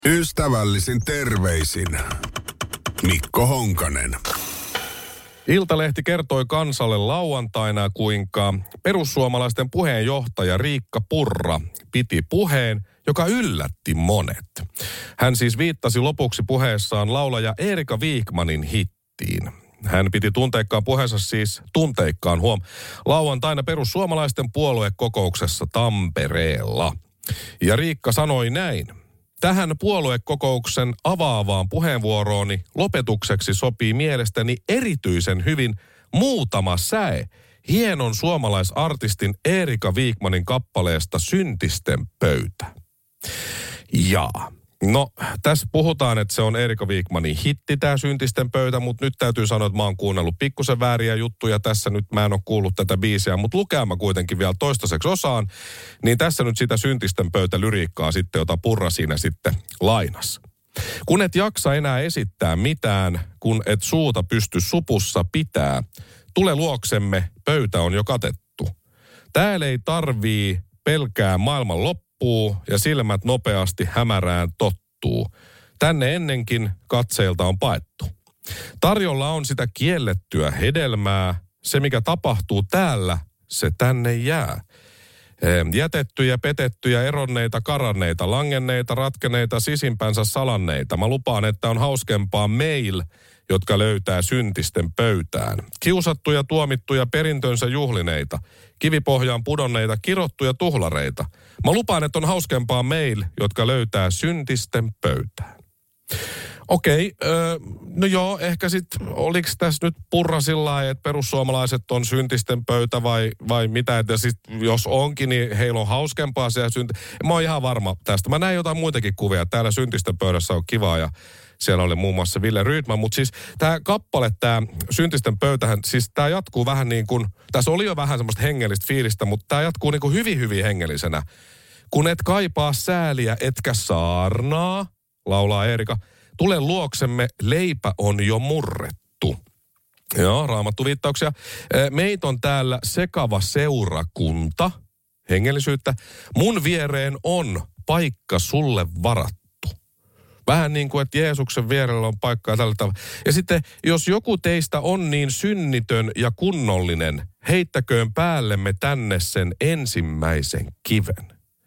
Ystävällisin terveisin Mikko Honkanen. Iltalehti kertoi kansalle lauantaina, kuinka perussuomalaisten puheenjohtaja Riikka Purra piti puheen, joka yllätti monet. Hän siis viittasi lopuksi puheessaan laulaja Eerika Vikmanin hittiin. Hän piti tunteikkaan puheensa siis lauantaina perussuomalaisten puoluekokouksessa Tampereella. Ja Riikka sanoi näin. Tähän puoluekokouksen avaavaan puheenvuorooni lopetukseksi sopii mielestäni erityisen hyvin muutama säe hienon suomalaisartistin Eerika Vikmanin kappaleesta Syntisten pöytä. No, tässä puhutaan, että se on Eerika Vikmanin hitti, tämä Syntisten pöytä, mutta nyt täytyy sanoa, että mä oon kuunnellut pikkusen vääriä juttuja tässä. Nyt mä en ole kuullut tätä biisiä, mutta lukea mä kuitenkin vielä toistaiseksi osaan. Niin tässä nyt sitä Syntisten pöytä lyriikkaa sitten, jota Purra siinä sitten lainas. Kun et jaksa enää esittää mitään, kun et suuta pysty supussa pitää, tule luoksemme, pöytä on jo katettu. Täällä ei tarvii pelkää maailman loppuu ja silmät nopeasti hämärään tottuu. Tänne ennenkin katseilta on paettu. Tarjolla on sitä kiellettyä hedelmää. Se, mikä tapahtuu täällä, se tänne jää. Jätettyjä, petettyjä, eronneita, karanneita, langenneita, ratkeneita, sisimpänsä salanneita. Mä lupaan, että on hauskempaa meil, jotka löytää syntisten pöytään. Kiusattuja, tuomittuja, perintönsä juhlineita. Kivipohjaan pudonneita, kirottuja tuhlareita. Mä lupaan, että on hauskempaa meil, jotka löytää syntisten pöytään. Okei, no joo, ehkä sitten oliko tässä nyt Purra sillä lailla, että perussuomalaiset on syntisten pöytä vai mitä, että sitten jos onkin, niin heillä on hauskempaa siellä Mä oon ihan varma tästä. Mä näin jotain muitakin kuvia, täällä syntisten pöydässä on kivaa ja siellä oli muun muassa Ville Rydman, mutta siis tämä kappale, tämä Syntisten pöytähän, siis tämä jatkuu vähän niin kuin, tässä oli jo vähän semmoista hengellistä fiilistä, mutta tämä jatkuu niin kuin hyvin, hyvin hengellisenä. Kun et kaipaa sääliä etkä saarnaa, laulaa Eerika, tule luoksemme, leipä on jo murrettu. Joo, raamattu viittauksia. Meitä on täällä sekava seurakunta, hengellisyyttä. Mun viereen on paikka sulle varattu. Vähän niin kuin, että Jeesuksen vierellä on paikkaa tällä tavalla. Ja sitten, jos joku teistä on niin synnitön ja kunnollinen, heittäköön päällemme tänne sen ensimmäisen kiven.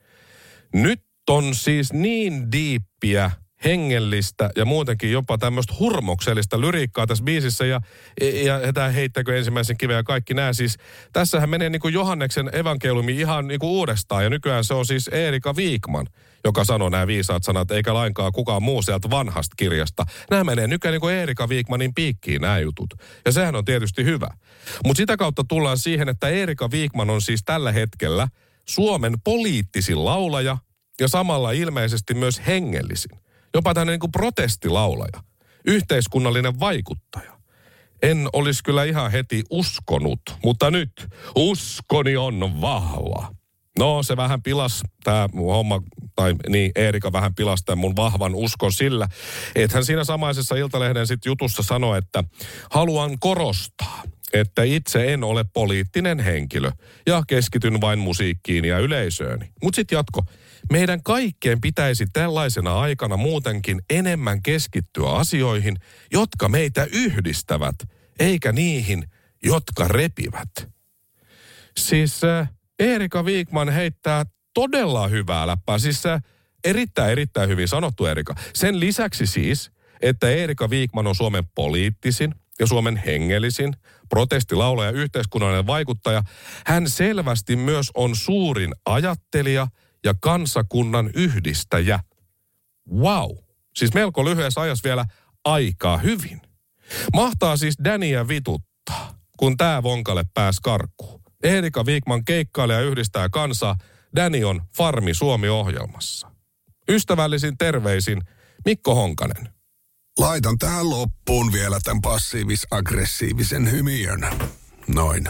Nyt on siis niin diippiä, hengellistä ja muutenkin jopa tämmöistä hurmoksellista lyriikkaa tässä biisissä ja tämä heittäkö ensimmäisen kiven ja kaikki nämä. Siis tässähän menee niin kuin Johanneksen evankeliumi ihan niin kuin uudestaan ja nykyään se on siis Eerika Vikman, joka sanoo nämä viisaat sanat, eikä lainkaan kukaan muu sieltä vanhasta kirjasta. Nämä menee nykyään niin kuin Eerika Vikmanin piikkiin nämä jutut. Ja sehän on tietysti hyvä. Mutta sitä kautta tullaan siihen, että Eerika Vikman on siis tällä hetkellä Suomen poliittisin laulaja ja samalla ilmeisesti myös hengellisin. Jopa tämmöinen niin kuin protestilaulaja, yhteiskunnallinen vaikuttaja. En olisi kyllä ihan heti uskonut, mutta nyt uskoni on vahva. No se vähän pilasi tämä homma, tai niin Eerika vähän pilasi tämän mun vahvan uskon sillä, että hän siinä samaisessa Iltalehden sit jutussa sanoi, että haluan korostaa, että itse en ole poliittinen henkilö ja keskityn vain musiikkiin ja yleisööni. Mutta sitten jatko. Meidän kaikkien pitäisi tällaisena aikana muutenkin enemmän keskittyä asioihin, jotka meitä yhdistävät, eikä niihin, jotka repivät. Siis Eerika Vikman heittää todella hyvää läppää. Siis erittäin hyvin sanottu Eerika. Sen lisäksi siis, että Eerika Vikman on Suomen poliittisin ja Suomen hengellisin protestilaulaja ja yhteiskunnallinen vaikuttaja, hän selvästi myös on suurin ajattelija ja kansakunnan yhdistäjä. Wow. Siis melko lyhyessä ajassa vielä aika hyvin. Mahtaa siis Daniä vituttaa, kun tää vonkale pääsi karkuun. Eerika Vikman keikkailee ja yhdistää kansaa. Dani on Farmi Suomi-ohjelmassa. Ystävällisin terveisin Mikko Honkanen. Laitan tähän loppuun vielä tämän passiivis-aggressiivisen hymiön. Noin.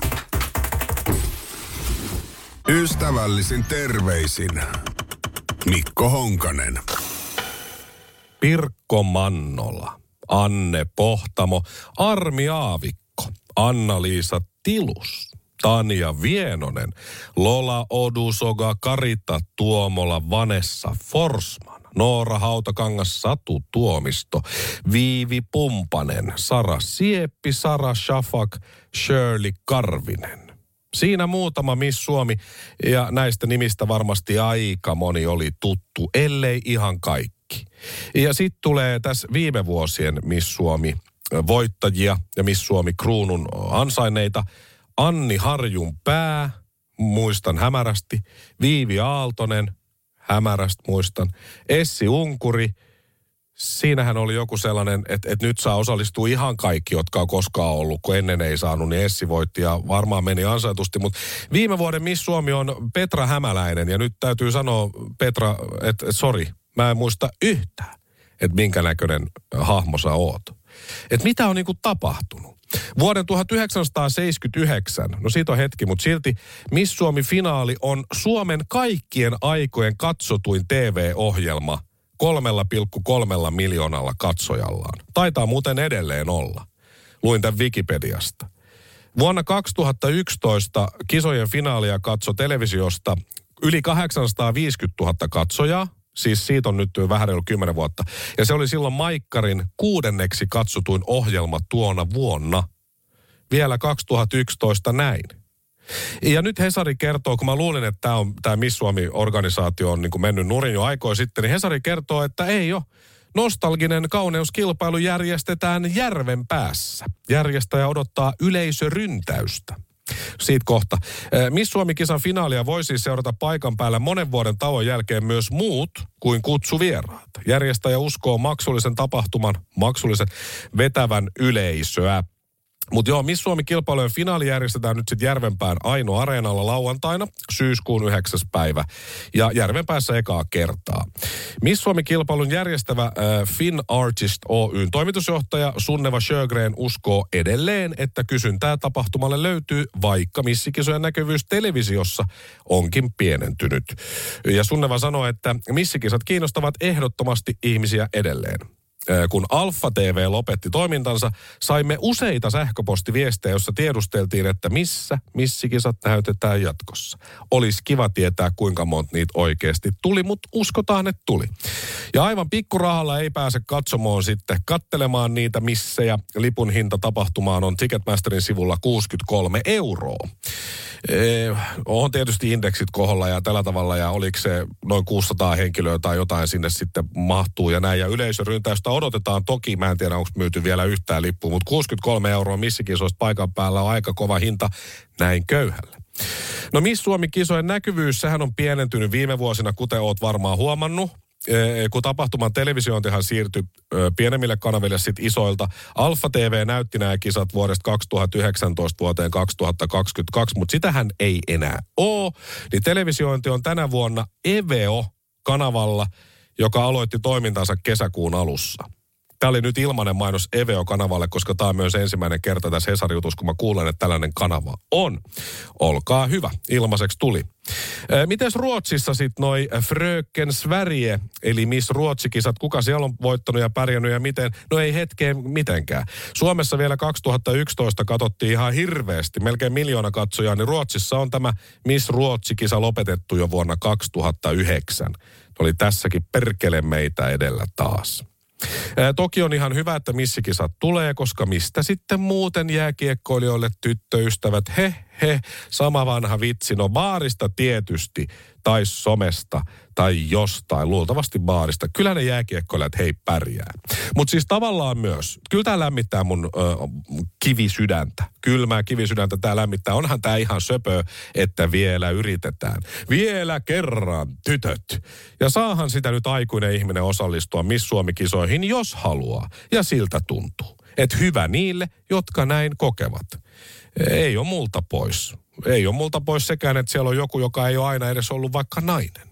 Ystävällisin terveisin Mikko Honkanen. Pirkko Mannola, Anne Pohtamo, Armi Aavikko, Anna-Liisa Tilus, Tanja Vienonen, Lola Odusoga, Karita Tuomola, Vanessa Forsman, Noora Hautakangas, Satu Tuomisto, Viivi Pumpanen, Sara Sieppi, Sara Shafak, Shirley Karvinen. Siinä muutama Miss Suomi, ja näistä nimistä varmasti aika moni oli tuttu, ellei ihan kaikki. Ja sitten tulee tässä viime vuosien Miss Suomi voittajia ja Miss Suomi kruunun ansainneita. Anni Harjunpää, muistan hämärästi. Viivi Aaltonen, hämärästi muistan. Essi Unkuri. Siinähän oli joku sellainen, että nyt saa osallistua ihan kaikki, jotka on koskaan ollut, kun ennen ei saanut, niin Essi voitti ja varmaan meni ansaitusti. Mutta viime vuoden Miss Suomi on Petra Hämäläinen ja nyt täytyy sanoa, Petra, että sori, mä en muista yhtään, että minkä näköinen hahmo sä oot. Että mitä on niinku tapahtunut. Vuoden 1979, no siitä on hetki, mutta silti Miss Suomi-finaali on Suomen kaikkien aikojen katsotuin TV-ohjelma 3,3 miljoonalla katsojallaan. Taitaa muuten edelleen olla. Luin tämän Wikipediasta. Vuonna 2011 kisojen finaalia katsoi televisiosta yli 850 000 katsojaa. Siis siitä on nyt vähän reilu 10 vuotta. Ja se oli silloin Maikkarin 6. katsotuin ohjelma tuona vuonna. Vielä 2011 näin. Ja nyt Hesari kertoo, kun mä luulin, että tämä Miss Suomi-organisaatio on niin kuin mennyt nurin jo aikoja sitten, niin Hesari kertoo, että ei ole. Nostalginen kauneuskilpailu järjestetään Järvenpäässä. Järjestäjä odottaa yleisöryntäystä. Siitä kohta. Miss Suomi-kisan finaalia voi siis seurata paikan päällä monen vuoden tauon jälkeen myös muut kuin kutsuvieraat. Järjestäjä uskoo maksullisen vetävän yleisöä. Mutta joo, Miss Suomi-kilpailujen finaali järjestetään nyt sitten Järvenpään Aino Areenalla lauantaina, syyskuun 9. päivä. Ja Järvenpäässä ekaa kertaa. Miss Suomi-kilpailun järjestävä Finn Artist Oyn toimitusjohtaja Sunneva Sjögren uskoo edelleen, että kysyntää tapahtumalle löytyy, vaikka missikisojen näkyvyys televisiossa onkin pienentynyt. Ja Sunneva sanoo, että missikisat kiinnostavat ehdottomasti ihmisiä edelleen. Kun Alfa TV lopetti toimintansa, saimme useita sähköpostiviestejä, joissa tiedusteltiin, että missä missikisat näytetään jatkossa. Olisi kiva tietää, kuinka monta niitä oikeasti tuli, mutta uskotaan, että tuli. Ja aivan pikkurahalla ei pääse katsomoon sitten kattelemaan niitä missejä. Lipun hinta tapahtumaan on Ticketmasterin sivulla 63 €. On tietysti indeksit koholla ja tällä tavalla, ja oliko se noin 600 henkilöä tai jotain sinne sitten mahtuu ja näin. Ja yleisöryntäystä odotetaan toki, mä en tiedä onko myyty vielä yhtään lippua, mutta 63 € missikisoista paikan päällä on aika kova hinta näin köyhälle. No Miss Suomi-kisojen näkyvyys, sehän on pienentynyt viime vuosina, kuten oot varmaan huomannut. Kun tapahtuman televisiointihan siirtyi pienemmille kanaville sitten isoilta. Alfa TV näytti nämä kisat vuodesta 2019 vuoteen 2022, mutta sitähän ei enää ole. Niin televisiointi on tänä vuonna Eveo-kanavalla, joka aloitti toimintansa kesäkuun alussa. Tämä oli nyt ilmainen mainos Eveo-kanavalle, koska tämä on myös ensimmäinen kerta tässä Hesari-jutussa, kun mä kuulen, että tällainen kanava on. Olkaa hyvä, ilmaiseksi tuli. Mites Ruotsissa sitten noi Fröken Sverige, eli Miss Ruotsikisat, kuka siellä on voittanut ja pärjännyt ja miten? No ei hetkeen mitenkään. Suomessa vielä 2011 katsottiin ihan hirveästi, melkein 1 miljoona katsojaa, niin Ruotsissa on tämä Miss Ruotsikisa lopetettu jo vuonna 2009. Oli tässäkin perkele meitä edellä taas. Toki on ihan hyvä, että missikisat tulee, koska mistä sitten muuten jääkiekkoilijoille tyttöystävät, sama vanha vitsi, no baarista tietysti, tai somesta, tai jostain, luultavasti baarista. Kyllä ne jääkiekkoilijat pärjää. Mutta siis tavallaan myös, kyllä tämä lämmittää mun kivisydäntä. Kylmää kivisydäntä tämä lämmittää. Onhan tämä ihan söpö, että vielä yritetään. Vielä kerran, tytöt. Ja saahan sitä nyt aikuinen ihminen osallistua Miss Suomi-kisoihin, jos haluaa. Ja siltä tuntuu. Että hyvä niille, jotka näin kokevat. Ei ole multa pois. Ei ole multa pois sekään, että siellä on joku, joka ei ole aina edes ollut vaikka nainen.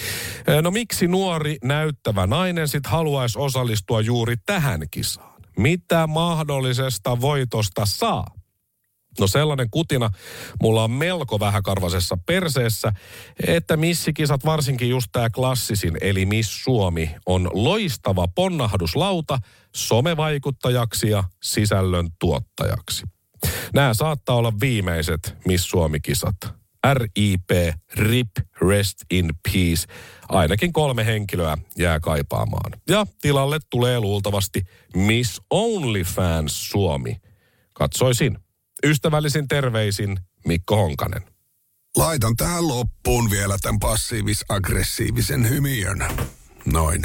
No miksi nuori näyttävä nainen sit haluaisi osallistua juuri tähän kisaan? Mitä mahdollisesta voitosta saa? No sellainen kutina mulla on melko vähäkarvasessa perseessä, että missikisat, varsinkin just tää klassisin, eli Miss Suomi, on loistava ponnahduslauta somevaikuttajaksi ja sisällön tuottajaksi. Nämä saattaa olla viimeiset Miss Suomi-kisat RIP, RIP, Rest in Peace. Ainakin 3 henkilöä jää kaipaamaan. Ja tilalle tulee luultavasti Miss OnlyFans Suomi. Katsoisin. Ystävällisin terveisin Mikko Honkanen. Laitan tähän loppuun vielä tämän passiivis-aggressiivisen hymiön. Noin.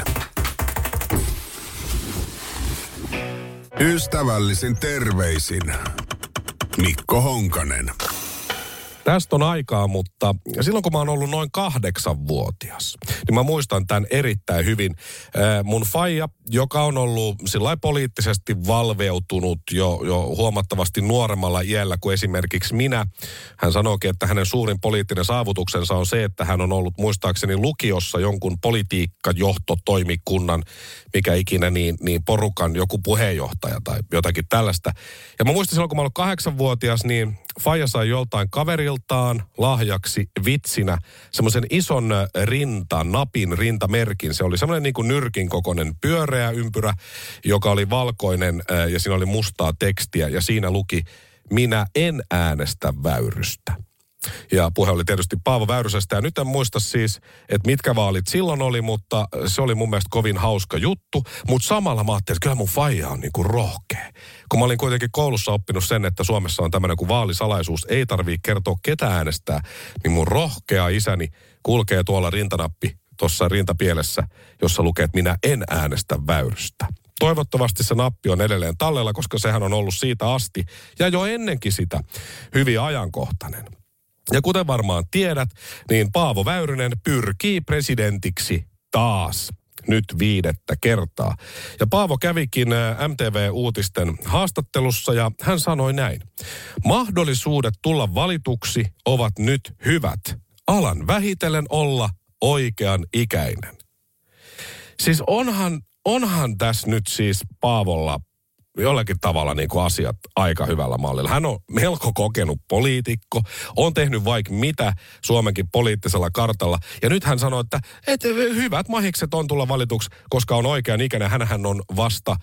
Ystävällisin terveisin Mikko Honkanen. Tästä on aikaa, mutta silloin kun mä oon ollut noin 8-vuotias, niin mä muistan tämän erittäin hyvin. Mun faija, joka on ollut sillai poliittisesti valveutunut jo huomattavasti nuoremmalla iällä kuin esimerkiksi minä. Hän sanookin, että hänen suurin poliittinen saavutuksensa on se, että hän on ollut muistaakseni lukiossa jonkun politiikkajohtotoimikunnan, mikä ikinä, niin porukan joku puheenjohtaja tai jotakin tällaista. Ja mä muistan silloin, kun mä oon ollut 8-vuotias, niin faija sai joltain kaveriltaan lahjaksi vitsinä semmoisen ison napin rintamerkin. Se oli semmoinen niin kuin nyrkin kokoinen pyöreä ympyrä, joka oli valkoinen ja siinä oli mustaa tekstiä ja siinä luki: minä en äänestä Väyrystä. Ja puhe oli tietysti Paavo Väyrysestä. Ja nyt en muista siis, että mitkä vaalit silloin oli, mutta se oli mun mielestä kovin hauska juttu. Mutta samalla mä ajattelin, että kyllä mun faija on niinku rohkea. Kun mä olin kuitenkin koulussa oppinut sen, että Suomessa on tämmöinen kuin vaalisalaisuus, ei tarvitse kertoa ketä äänestää, niin mun rohkea isäni kulkee tuolla rintanappi tuossa rintapielessä, jossa lukee, että minä en äänestä Väyrystä. Toivottavasti se nappi on edelleen tallella, koska sehän on ollut siitä asti ja jo ennenkin sitä hyvin ajankohtainen. Ja kuten varmaan tiedät, niin Paavo Väyrynen pyrkii presidentiksi taas nyt 5. kertaa. Ja Paavo kävikin MTV-uutisten haastattelussa ja hän sanoi näin: mahdollisuudet tulla valituksi ovat nyt hyvät. Alan vähitellen olla oikean ikäinen. Siis onhan tässä nyt siis Paavolla jollakin tavalla niin kuin asiat aika hyvällä mallilla. Hän on melko kokenut poliitikko, on tehnyt vaikka mitä Suomenkin poliittisella kartalla. Ja nyt hän sanoi, että hyvät mahikset on tulla valituksi, koska on oikean ikäinen. Hänhän on vasta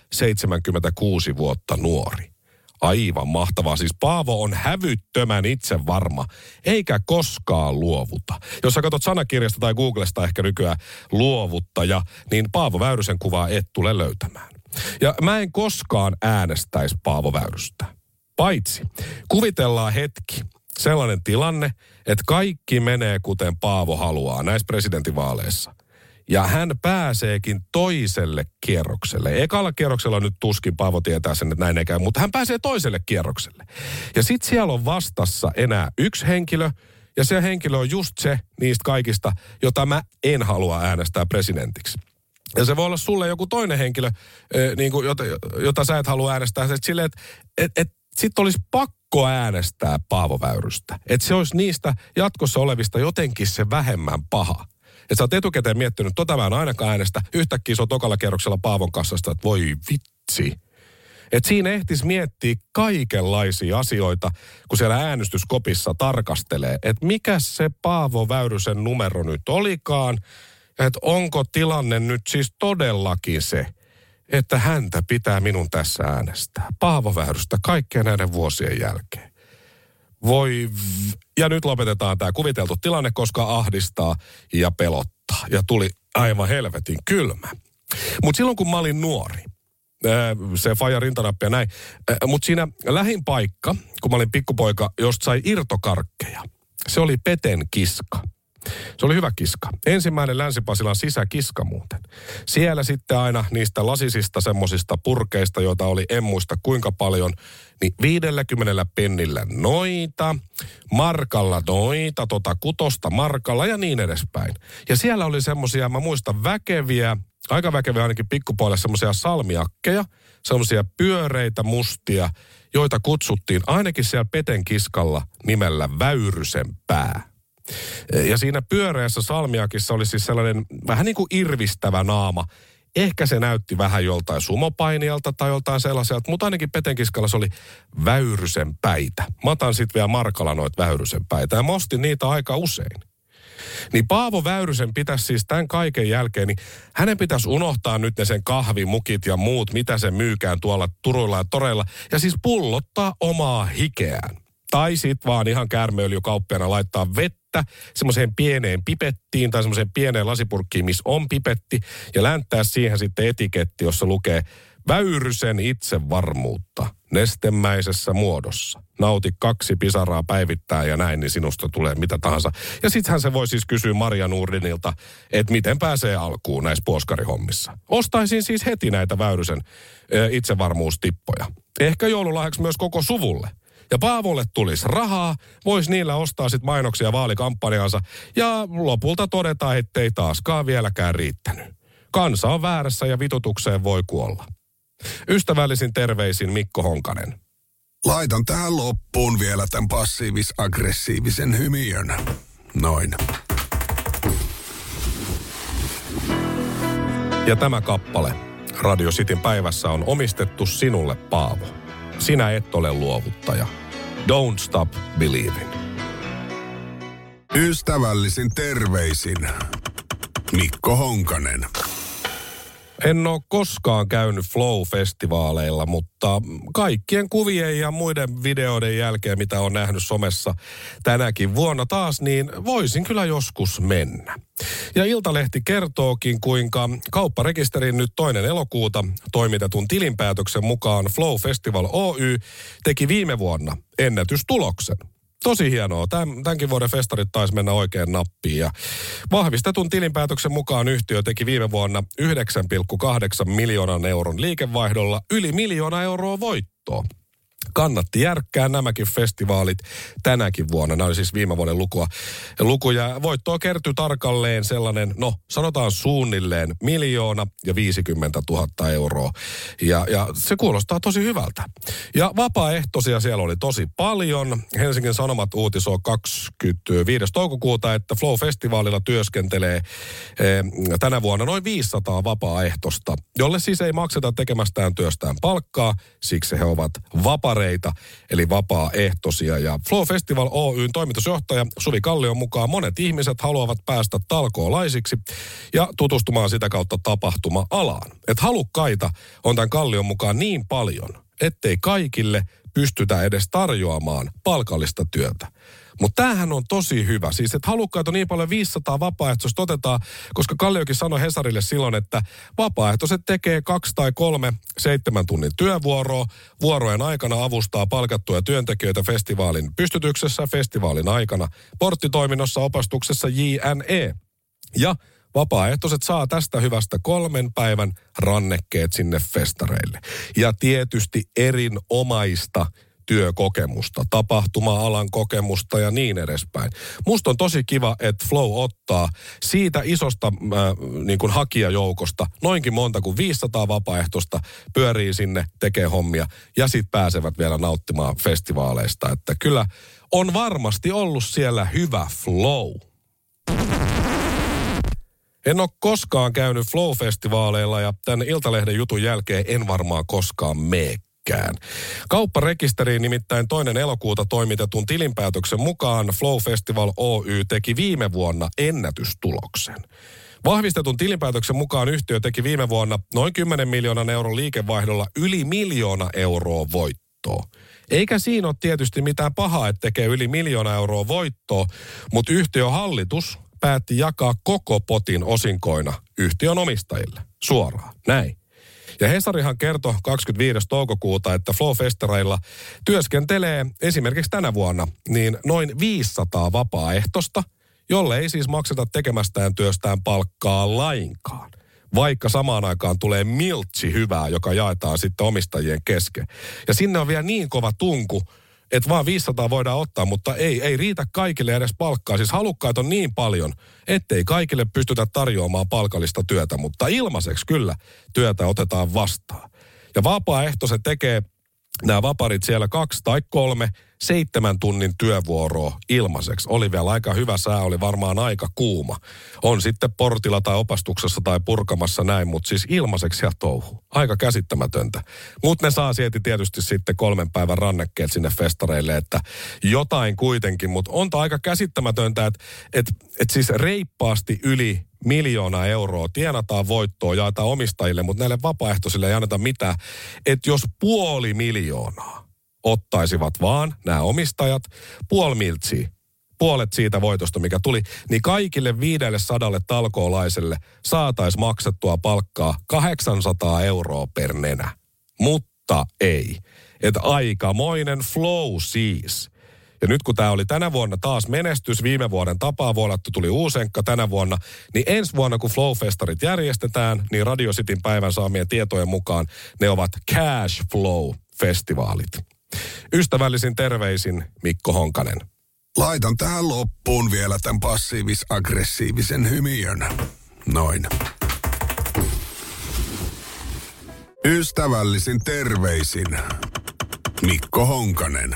76 vuotta nuori. Aivan mahtavaa. Siis Paavo on hävyttömän itse varma, eikä koskaan luovuta. Jos sä katsot sanakirjasta tai Googlesta ehkä nykyään luovuttaja, niin Paavo Väyrysen kuvaa et tule löytämään. Ja mä en koskaan äänestäisi Paavo Väyrystä. Paitsi kuvitellaan hetki, sellainen tilanne, että kaikki menee kuten Paavo haluaa näissä presidentinvaaleissa. Ja hän pääseekin toiselle kierrokselle. Ekalla kierroksella nyt tuskin Paavo tietää sen, että näin ei käy, mutta hän pääsee toiselle kierrokselle. Ja sit siellä on vastassa enää yksi henkilö, ja se henkilö on just se niistä kaikista, jota mä en halua äänestää presidentiksi. Ja se voi olla sulle joku toinen henkilö, niin kuin, jota sä et halua äänestää. Silleen, että sitten olisi pakko äänestää Paavo Väyrystä. Että se olisi niistä jatkossa olevista jotenkin se vähemmän paha. Että sä oot etukäteen miettinyt, mä en ainakaan äänestä. Yhtäkkiä se on tokalla kierroksella Paavon kassasta, että voi vitsi. Että siinä ehtisi miettiä kaikenlaisia asioita, kun siellä äänestyskopissa tarkastelee, että mikä se Paavo Väyrysen numero nyt olikaan. Että onko tilanne nyt siis todellakin se, että häntä pitää minun tässä äänestää. Paavo Väyrystä kaikkien näiden vuosien jälkeen. Ja nyt lopetetaan tämä kuviteltu tilanne, koska ahdistaa ja pelottaa. Ja tuli aivan helvetin kylmä. Mutta silloin kun mä olin nuori, se faija rintanappi ja näin, mutta siinä lähin paikka, kun mä olin pikkupoika, josta sai irtokarkkeja, se oli Peten kiska. Se oli hyvä kiska. Ensimmäinen Länsi-Pasilan sisäkiska muuten. Siellä sitten aina niistä lasisista semmosista purkeista, joita oli en muista kuinka paljon, niin 50 pennillä noita, markalla noita, 6 markalla ja niin edespäin. Ja siellä oli semmosia, mä muistan aika väkeviä ainakin pikkupoille semmosia salmiakkeja, semmosia pyöreitä mustia, joita kutsuttiin ainakin siellä Peten kiskalla nimellä Väyrysen pää. Ja siinä pyöreässä salmiakissa oli siis sellainen vähän niin kuin irvistävä naama. Ehkä se näytti vähän joltain sumopainijalta tai joltain sellaiselta, mutta ainakin Peten kiskalla se oli Väyrysen päitä. Mä otan sitten vielä markalla noita Väyrysen päitä ja mä ostin niitä aika usein. Niin Paavo Väyrysen pitäisi siis tämän kaiken jälkeen, niin hänen pitäisi unohtaa nyt ne sen kahvimukit ja muut, mitä se myykään tuolla turuilla ja toreilla. Ja siis pullottaa omaa hikeään. Tai sit vaan ihan käärmeöljykauppiana laittaa vettä semmoiseen pieneen pipettiin tai semmoiseen pieneen lasipurkkiin, missä on pipetti, ja länttää siihen sitten etiketti, jossa lukee Väyrysen itsevarmuutta nestemäisessä muodossa. Nauti 2 pisaraa päivittäin ja näin, niin sinusta tulee mitä tahansa. Ja sittenhän se voi siis kysyä Maria Nordinilta, että miten pääsee alkuun näissä puoskarihommissa. Ostaisin siis heti näitä Väyrysen itsevarmuustippoja. Ehkä joululahjaksi myös koko suvulle. Ja Paavolle tulisi rahaa, voisi niillä ostaa sitten mainoksia vaalikampanjaansa ja lopulta todeta, ettei taaskaan vieläkään riittänyt. Kansa on väärässä ja vitutukseen voi kuolla. Ystävällisin terveisin Mikko Honkanen. Laitan tähän loppuun vielä tämän passiivis-aggressiivisen hymiön. Noin. Ja tämä kappale Radio Cityn päivässä on omistettu sinulle, Paavo. Sinä et ole luovuttaja. Don't stop believing. Ystävällisin terveisin Mikko Honkanen. En ole koskaan käynyt Flow-festivaaleilla, mutta kaikkien kuvien ja muiden videoiden jälkeen, mitä on nähnyt somessa tänäkin vuonna taas, niin voisin kyllä joskus mennä. Ja Iltalehti kertookin, kuinka kaupparekisterin nyt 2. elokuuta toimitetun tilinpäätöksen mukaan Flow Festival Oy teki viime vuonna ennätystuloksen. Tosi hienoa. Tämänkin vuoden festarit taisi mennä oikein nappiin. Ja vahvistetun tilinpäätöksen mukaan yhtiö teki viime vuonna 9,8 miljoonan euron liikevaihdolla yli 1 miljoona euroa voittoa. Kannatti järkkää nämäkin festivaalit tänäkin vuonna. Nämä oli siis viime vuoden lukuja. Voittoa kertyi tarkalleen sellainen, sanotaan suunnilleen 1 050 000 euroa. Ja se kuulostaa tosi hyvältä. Ja vapaaehtoisia siellä oli tosi paljon. Helsingin Sanomat uutisoi 25. toukokuuta, että Flow-festivaalilla työskentelee tänä vuonna noin 500 vapaaehtoista, jolle siis ei makseta tekemästään työstään palkkaa. Siksi he ovat vapareita, eli vapaaehtoisia. Ja Flow Festival Oyn toimitusjohtaja Suvi Kallion mukaan monet ihmiset haluavat päästä talkoolaisiksi ja tutustumaan sitä kautta tapahtuma-alaan. Että halukkaita on tämän Kallion mukaan niin paljon, ettei kaikille pystytä edes tarjoamaan palkallista työtä. Mutta tämähän on tosi hyvä. Siis, että halukkaita on niin paljon 500 vapaaehtoista otetaan, koska Kalliokin sanoi Hesarille silloin, että vapaaehtoiset tekee 2 tai 3 7 tunnin työvuoroa. Vuorojen aikana avustaa palkattuja työntekijöitä festivaalin pystytyksessä, festivaalin aikana, porttitoiminnossa, opastuksessa, JNE. Ja vapaaehtoiset saa tästä hyvästä 3 päivän rannekkeet sinne festareille. Ja tietysti erinomaista työkokemusta, tapahtuma-alan kokemusta ja niin edespäin. Musta on tosi kiva, että Flow ottaa siitä isosta niin kuin hakijajoukosta noinkin monta kuin 500 vapaaehtoista, pyörii sinne, tekee hommia ja sitten pääsevät vielä nauttimaan festivaaleista. Että kyllä on varmasti ollut siellä hyvä flow. En ole koskaan käynyt Flow-festivaaleilla ja tämän Iltalehden jutun jälkeen en varmaan koskaan meekään. Kaupparekisteriin nimittäin 2. elokuuta toimitetun tilinpäätöksen mukaan Flow Festival Oy teki viime vuonna ennätystuloksen. Vahvistetun tilinpäätöksen mukaan yhtiö teki viime vuonna noin 10 miljoonan euron liikevaihdolla yli 1 miljoona euroa voittoa. Eikä siinä ole tietysti mitään pahaa, että tekee yli 1 miljoona euroa voittoa, mutta yhtiön hallitus päätti jakaa koko potin osinkoina yhtiön omistajille. Suoraan. Näin. Ja Hesarihan kertoi 25. toukokuuta, että Flow-festareilla työskentelee esimerkiksi tänä vuonna niin noin 500 vapaaehtoista, jolle ei siis makseta tekemästään työstään palkkaa lainkaan. Vaikka samaan aikaan tulee miltsi hyvää, joka jaetaan sitten omistajien kesken. Ja sinne on vielä niin kova tunku, että vaan 500 voidaan ottaa, mutta ei riitä kaikille edes palkkaa. Siis halukkaita on niin paljon, ettei kaikille pystytä tarjoamaan palkallista työtä, mutta ilmaiseksi kyllä työtä otetaan vastaan. Ja vapaaehtoiset tekee nämä vaparit siellä 2 tai 3 7 tunnin työvuoroa ilmaiseksi. Oli vielä aika hyvä sää, oli varmaan aika kuuma. On sitten portilla tai opastuksessa tai purkamassa näin, mutta siis ilmaiseksi ja touhu. Aika käsittämätöntä. Mutta ne saa sieltä tietysti sitten 3 päivän rannekkeet sinne festareille, että jotain kuitenkin. Mutta on aika käsittämätöntä, että siis reippaasti yli 1 miljoona euroa tienataan voittoa, jaetaan omistajille, mutta näille vapaaehtoisille ei anneta mitään. Että jos 500 000 ottaisivat vaan nämä omistajat puoli miltsiä, puolet siitä voitosta, mikä tuli, niin kaikille 500 talkoolaiselle saataisiin maksettua palkkaa 800 euroa per nenä. Mutta ei. Että aikamoinen flow siis. Ja nyt kun tämä oli tänä vuonna taas menestys, viime vuoden tapaa, voi olla, että tuli uusenkka tänä vuonna, niin ensi vuonna kun Flow-festarit järjestetään, niin Radio Cityn päivän saamien tietojen mukaan ne ovat Cash Flow-festivaalit. Ystävällisin terveisin Mikko Honkanen. Laitan tähän loppuun vielä tämän passiivis-aggressiivisen hymiön. Noin. Ystävällisin terveisin Mikko Honkanen.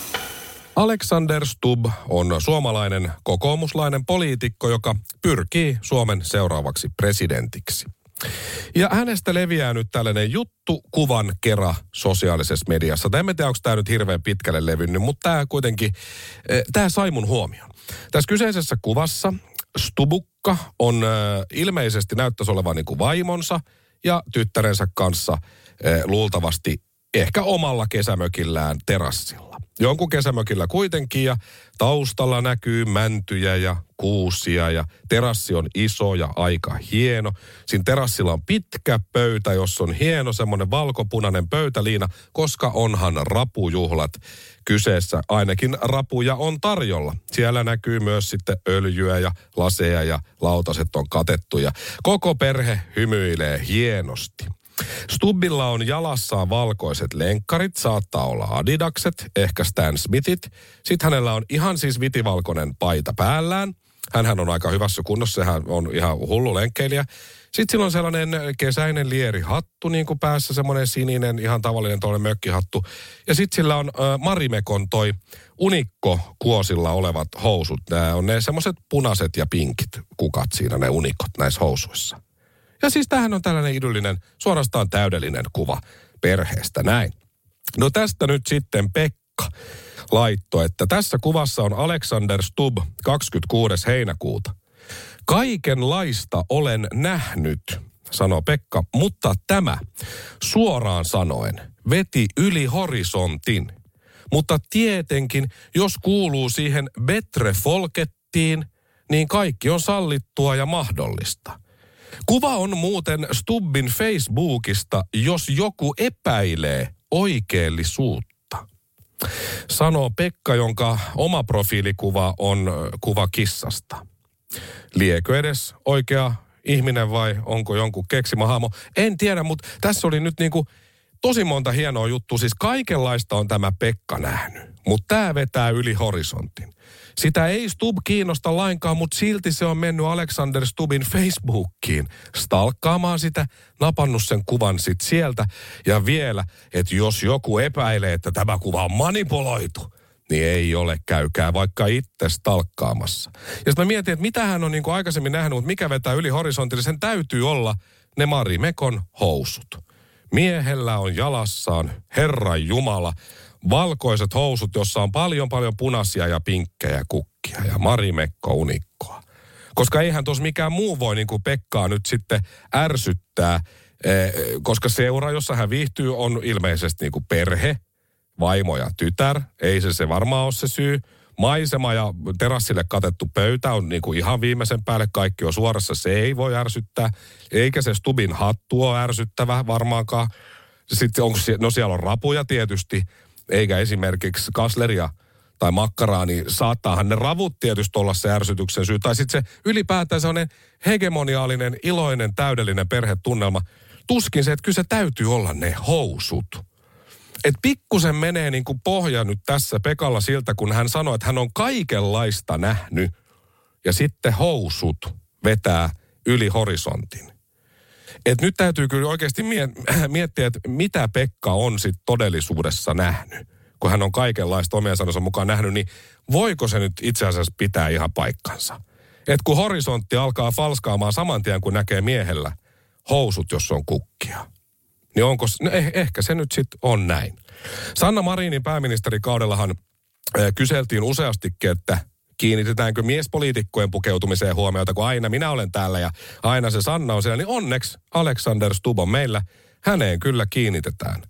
Alexander Stubb on suomalainen kokoomuslainen poliitikko, joka pyrkii Suomen seuraavaksi presidentiksi. Ja hänestä leviää nyt tällainen juttu kuvan kera sosiaalisessa mediassa. En tiedä, onko tämä nyt hirveän pitkälle levinnyt, mutta tämä kuitenkin, tämä sai mun huomioon. Tässä kyseisessä kuvassa Stubukka on ilmeisesti näyttäisi olevan niin kuin vaimonsa ja tyttärensä kanssa luultavasti ehkä omalla kesämökillään terassilla. Jonkun kesämökillä kuitenkin ja taustalla näkyy mäntyjä ja kuusia ja terassi on iso ja aika hieno. Siinä terassilla on pitkä pöytä, jossa on hieno semmoinen valkopunainen pöytäliina, koska onhan rapujuhlat kyseessä. Ainakin rapuja on tarjolla. Siellä näkyy myös sitten öljyä ja laseja ja lautaset on katettu ja koko perhe hymyilee hienosti. Stubbilla on jalassaan valkoiset lenkkarit, saattaa olla Adidakset, ehkä Stan Smithit. Sitten hänellä on ihan siis vitivalkoinen paita päällään. Hänhän on aika hyvässä kunnossa, hän on ihan hullu lenkkeilijä. Sitten sillä on sellainen kesäinen lierihattu, niin kuin päässä semmoinen sininen, ihan tavallinen tuollainen mökkihattu. Ja sitten sillä on Marimekon toi unikko-kuosilla olevat housut. Nämä on ne semmoiset punaiset ja pinkit kukat siinä, ne unikot näissä housuissa. Ja siis tämähän on tällainen idyllinen, suorastaan täydellinen kuva perheestä, näin. No tästä nyt sitten Pekka laittoi, että tässä kuvassa on Alexander Stubb 26. heinäkuuta. Kaikenlaista olen nähnyt, sanoo Pekka, mutta tämä suoraan sanoen veti yli horisontin. Mutta tietenkin, jos kuuluu siihen betre folkettiin, niin kaikki on sallittua ja mahdollista. Kuva on muuten Stubbin Facebookista, jos joku epäilee oikeellisuutta. Sanoo Pekka, jonka oma profiilikuva on kuva kissasta. Liekö edes oikea ihminen vai onko jonkun keksimä hahmo? En tiedä, mutta tässä oli nyt niinku tosi monta hienoa juttua. Siis kaikenlaista on tämä Pekka nähnyt, mutta tämä vetää yli horisontin. Sitä ei Stubb kiinnosta lainkaan, mutta silti se on mennyt Alexander Stubbin Facebookiin stalkkaamaan sitä, napannut sen kuvan sit sieltä. Ja vielä, että jos joku epäilee, että tämä kuva on manipuloitu, niin ei ole, käykää vaikka itse stalkkaamassa. Ja sitten mä mietin, että mitä hän on niin kuin aikaisemmin nähnyt, mutta mikä vetää yli horisontille, sen täytyy olla ne Marimekon housut. Miehellä on jalassaan, Herran Jumala, valkoiset housut, jossa on paljon punaisia ja pinkkejä kukkia ja Marimekko unikkoa. Koska eihän tuossa mikään muu voi niin kuin Pekkaa nyt sitten ärsyttää, koska seura, jossa hän viihtyy, on ilmeisesti niin kuin perhe, vaimo ja tytär. Ei se varmaan ole se syy. Maisema ja terassille katettu pöytä on niin kuin ihan viimeisen päälle, kaikki on suorassa, se ei voi ärsyttää. Eikä se Stubbin hattu ole ärsyttävä varmaankaan. Sitten siellä on rapuja tietysti, eikä esimerkiksi kasleria tai makkaraa, niin saattaahan ne ravut tietysti olla se ärsytyksen syy. Tai sitten se ylipäätään sellainen hegemoniaalinen, iloinen, täydellinen perhetunnelma. Tuskin se, että kyllä se täytyy olla ne housut. Et pikkusen menee niin kuin pohja nyt tässä Pekalla siltä, kun hän sanoi, että hän on kaikenlaista nähnyt. Ja sitten housut vetää yli horisontin. Et nyt täytyy kyllä oikeasti miettiä, että mitä Pekka on sitten todellisuudessa nähnyt. Kun hän on kaikenlaista omien sanonsa mukaan nähnyt, niin voiko se nyt itse asiassa pitää ihan paikkansa? Että kun horisontti alkaa falskaamaan saman tien, kun näkee miehellä housut, jos on kukkia. Niin onko, ehkä se nyt sitten on näin. Sanna Marinin pääministerikaudellahan kyseltiin useastikin, että kiinnitetäänkö miespoliitikkojen pukeutumiseen huomiota, kun aina minä olen täällä ja aina se Sanna on siellä, niin onneksi Alexander Stubb on meillä. Häneen kyllä kiinnitetään.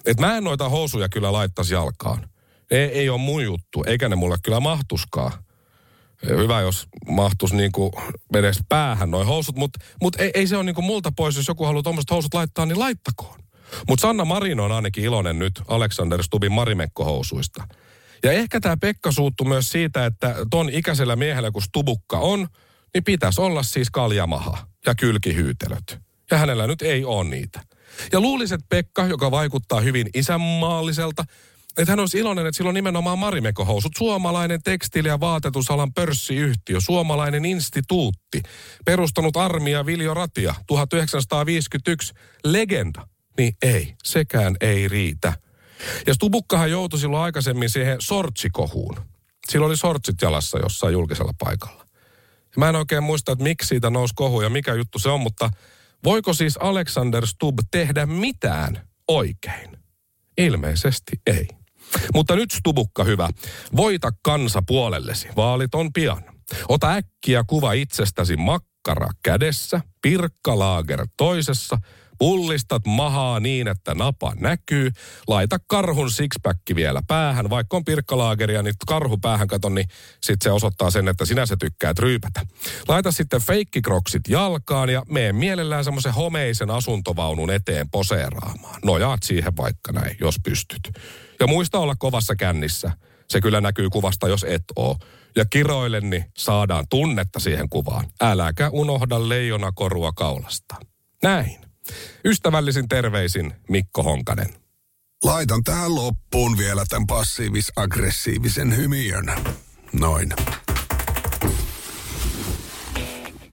Että mä en noita housuja kyllä laittaisi jalkaan. Ei ole mun juttu, eikä ne mulle kyllä mahtuskaan. Hyvä, jos mahtuisi niinku edes päähän noi housut, mutta ei se ole niinku multa pois, jos joku haluaa tuommoiset housut laittaa, niin laittakoon. Mutta Sanna Marin on ainakin iloinen nyt Alexander Stubbin Marimekko-housuista. Ja ehkä tämä Pekka suuttui myös siitä, että ton ikäisellä miehellä, kun Stubukka on, niin pitäisi olla siis kaljamaha ja kylkihyytelöt. Ja hänellä nyt ei ole niitä. Ja luuliset Pekka, joka vaikuttaa hyvin isänmaalliselta, että hän olisi iloinen, että sillä on nimenomaan Marimekko-housut. Suomalainen tekstiili- ja vaatetusalan pörssiyhtiö, suomalainen instituutti, perustanut Armia Viljo Ratia, 1951, legenda. Niin ei, sekään ei riitä. Ja Stubukkahan joutui silloin aikaisemmin siihen sortsikohuun. Sillä oli sortsit jalassa jossain julkisella paikalla. Ja mä en oikein muista, että miksi siitä nousi kohu ja mikä juttu se on, mutta voiko siis Alexander Stubb tehdä mitään oikein? Ilmeisesti ei. Mutta nyt Stubukka hyvä, voita kansa puolellesi, vaalit on pian. Ota äkkiä kuva itsestäsi makkara kädessä, Pirkka-Lager toisessa, pullistat mahaa niin, että napa näkyy. Laita karhun sixpacki vielä päähän. Vaikka on Pirkka-Lageria, niin karhu päähän katon, niin sitten se osoittaa sen, että sinä se tykkäät ryypätä. Laita sitten feikkikroksit jalkaan ja mene mielellään semmoisen homeisen asuntovaunun eteen poseeraamaan. Nojaat siihen vaikka näin, jos pystyt. Ja muista olla kovassa kännissä. Se kyllä näkyy kuvasta, jos et oo. Ja kiroille, niin saadaan tunnetta siihen kuvaan. Äläkä unohda leijonakorua kaulasta. Näin. Ystävällisin terveisin Mikko Honkanen. Laitan tähän loppuun vielä tämän passiivis-aggressiivisen hymiön. Noin.